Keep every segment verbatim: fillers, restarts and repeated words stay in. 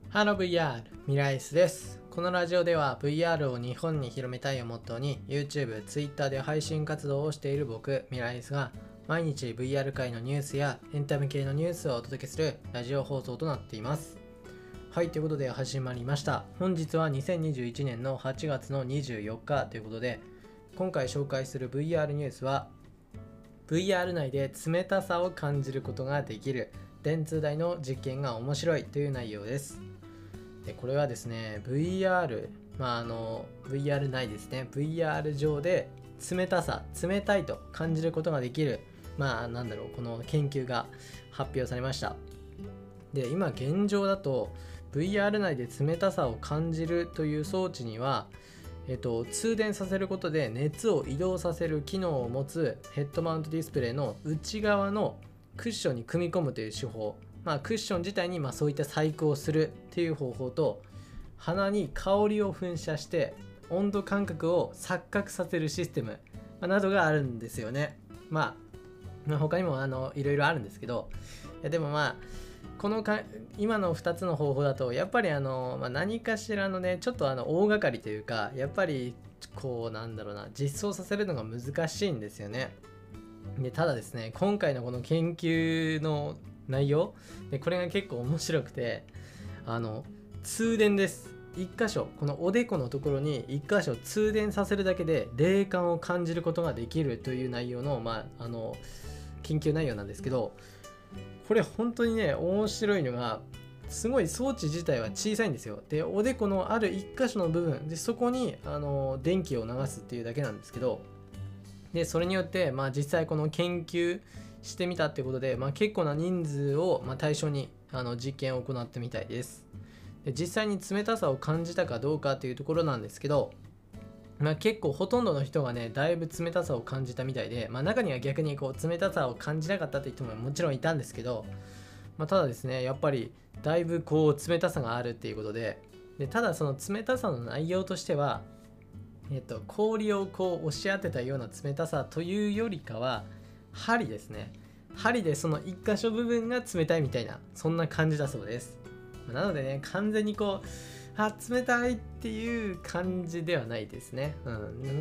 ハロー ブイアール ミライスです。このラジオでは ブイアール を日本に広めたいをモットーに YouTube、Twitter で配信活動をしている僕、ミライスが毎日 ブイアール 界のニュースやエンタメ系のニュースをお届けするラジオ放送となっています。はい、ということで始まりました。本日はにせんにじゅういちねんのはちがつのにじゅうよっかということで、今回紹介する ブイアール ニュースは ブイアール 内で冷たさを感じることができる電通大の実験が面白いという内容です。でこれはですね ブイアール、まああの ブイアール 内ですね ブイアール 上で冷たさ冷たいと感じることができるまあなんだろうこの研究が発表されました。で今現状だと ブイアール 内で冷たさを感じるという装置にはえっと、通電させることで熱を移動させる機能を持つヘッドマウントディスプレイの内側のクッションに組み込むという手法、まあ、クッション自体にまあそういった細工をするっていう方法と鼻に香りを噴射して温度感覚を錯覚させるシステム、まあ、などがあるんですよね。まあ、まあ、他にもあのいろいろあるんですけど、いやでもまあこのか今のふたつの方法だとやっぱりあの、まあ、何かしらのねちょっとあの大掛かりというかやっぱりこうなんだろうな実装させるのが難しいんですよね。でただですね今回のこの研究の内容でこれが結構面白くてあの通電です。いっ箇所このおでこのところにいっ箇所通電させるだけで冷感を感じることができるという内容の,、まあ、あの研究内容なんですけど、これ本当にね面白いのがすごい装置自体は小さいんですよ。でおでこのあるいっ箇所の部分でそこにあの電気を流すっていうだけなんですけど、でそれによって、まあ、実際この研究してみたってことで、まあ、結構な人数を、まあ、対象にあの実験を行ってみたいです。で実際に冷たさを感じたかどうかっていうところなんですけど、まあ、結構ほとんどの人がねだいぶ冷たさを感じたみたいで、まあ、中には逆にこう冷たさを感じなかったっていう人ももちろんいたんですけど、まあ、ただですねやっぱりだいぶこう冷たさがあるっていうことで、でただその冷たさの内容としては、えっと、氷をこう押し当てたような冷たさというよりかは針ですね。針でそのいっ箇所部分が冷たいみたいなそんな感じだそうです。なのでね完全にこうあ冷たいっていう感じではないですね、うん、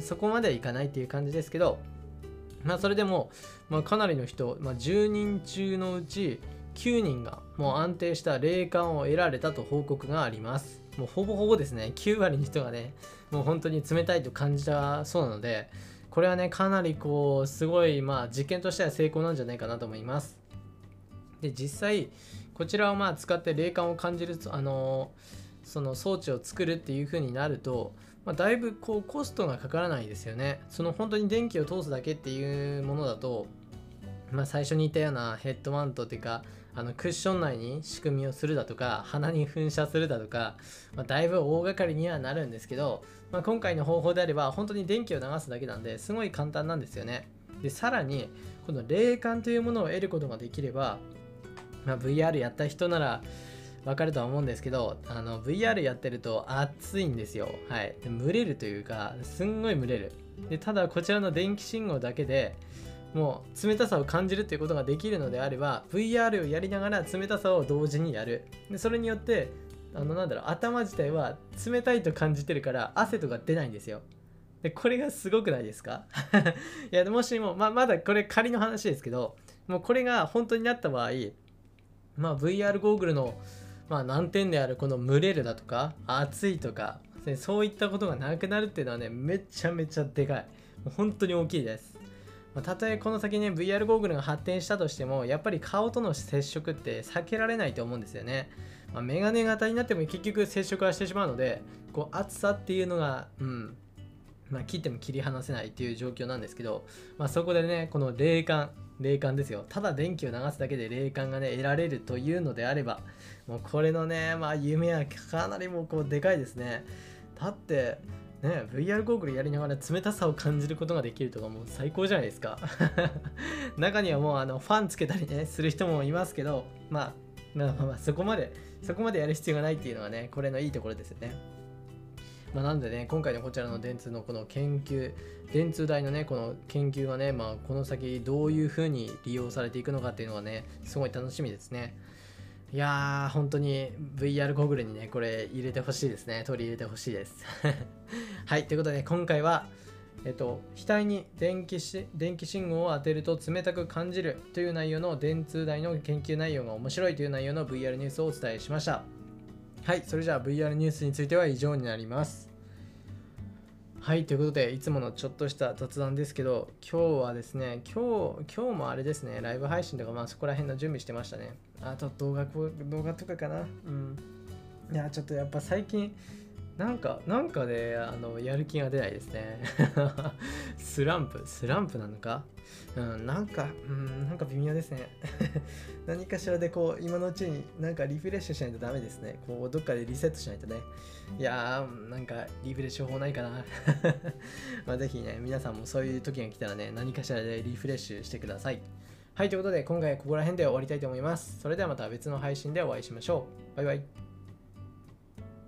そこまではいかないっていう感じですけど、まあそれでも、まあ、かなりの人、まあ、じゅうにん中のうちきゅうにんがもう安定した冷感を得られたと報告があります。もうほぼほぼですねきゅうわりの人がねもう本当に冷たいと感じたそうなので、これはねかなりこうすごいまあ実験としては成功なんじゃないかなと思います。で実際こちらをまあ使って冷感を感じるあのその装置を作るっていう風になると、まあ、だいぶこうコストがかからないですよね。その本当に電気を通すだけっていうものだと、まあ、最初に言ったようなヘッドマウントっていうかあのクッション内に仕組みをするだとか鼻に噴射するだとか、まあ、だいぶ大掛かりにはなるんですけど、まあ、今回の方法であれば本当に電気を流すだけなんですごい簡単なんですよね。でさらにこの冷感というものを得ることができれば、まあ、ブイアール やった人ならわかるとは思うんですけど、あの ブイアール やってると暑いんですよ。はい。で蒸れるというか、すんごい蒸れる。でただこちらの電気信号だけでもう冷たさを感じるということができるのであれば ブイアール をやりながら冷たさを同時にやる。でそれによってあのなんだろう頭自体は冷たいと感じてるから汗とか出ないんですよ。でこれがすごくないですかいやもしも、まあ、まだこれ仮の話ですけど、もうこれが本当になった場合、まあ、ブイアール ゴーグルのまあ難点であるこの蒸れるだとか暑いとかそういったことがなくなるっていうのはねめちゃめちゃでかい。もう本当に大きいです。まあ、たとえこの先ね ブイアール ゴーグルが発展したとしてもやっぱり顔との接触って避けられないと思うんですよね。まあ、メガネ型になっても結局接触はしてしまうのでこう暑さっていうのがうんまあ切っても切り離せないっていう状況なんですけど、まあ、そこでねこの冷感冷感ですよ。ただ電気を流すだけで冷感がね得られるというのであればもうこれのねまあ夢はかなりもうこうでかいですね。だってね ブイアール ゴーグルやりながら冷たさを感じることができるとかもう最高じゃないですか中にはもうあのファンつけたりねする人もいますけど、まあまあまあそこまでそこまでやる必要がないっていうのはねこれのいいところですよね。まあ、なんでね今回のこちらの電通のこの研究電通大のねこの研究がね、まあ、この先どういう風に利用されていくのかっていうのがねすごい楽しみですね。 いやー、本当に ブイアール ゴーグルにね、これ入れてほしいですね。取り入れてほしいです。はい、ということで、今回は、えっと、額に電気し電気信号を当てると冷たく感じるという内容の電通大の研究内容が面白いという内容の ブイアール ニュースをお伝えしました。はい、それじゃあ ブイアール ニュースについては以上になります。はい、ということで、いつものちょっとした雑談ですけど、今日はですね、今日、今日もあれですね、ライブ配信とか、まあそこら辺の準備してましたね。あと動画、動画とかかな。うん。いや、ちょっとやっぱ最近、なんか、なんかで、あの、やる気が出ないですね。スランプ、スランプなのかうん、なんか、うん、なんか微妙ですね。何かしらでこう、今のうちになんかリフレッシュしないとダメですね。こう、どっかでリセットしないとね。いやー、なんかリフレッシュ法ないかな。まあぜひね、皆さんもそういう時が来たらね、何かしらでリフレッシュしてください。はい、ということで、今回はここら辺で終わりたいと思います。それではまた別の配信でお会いしましょう。バイバイ。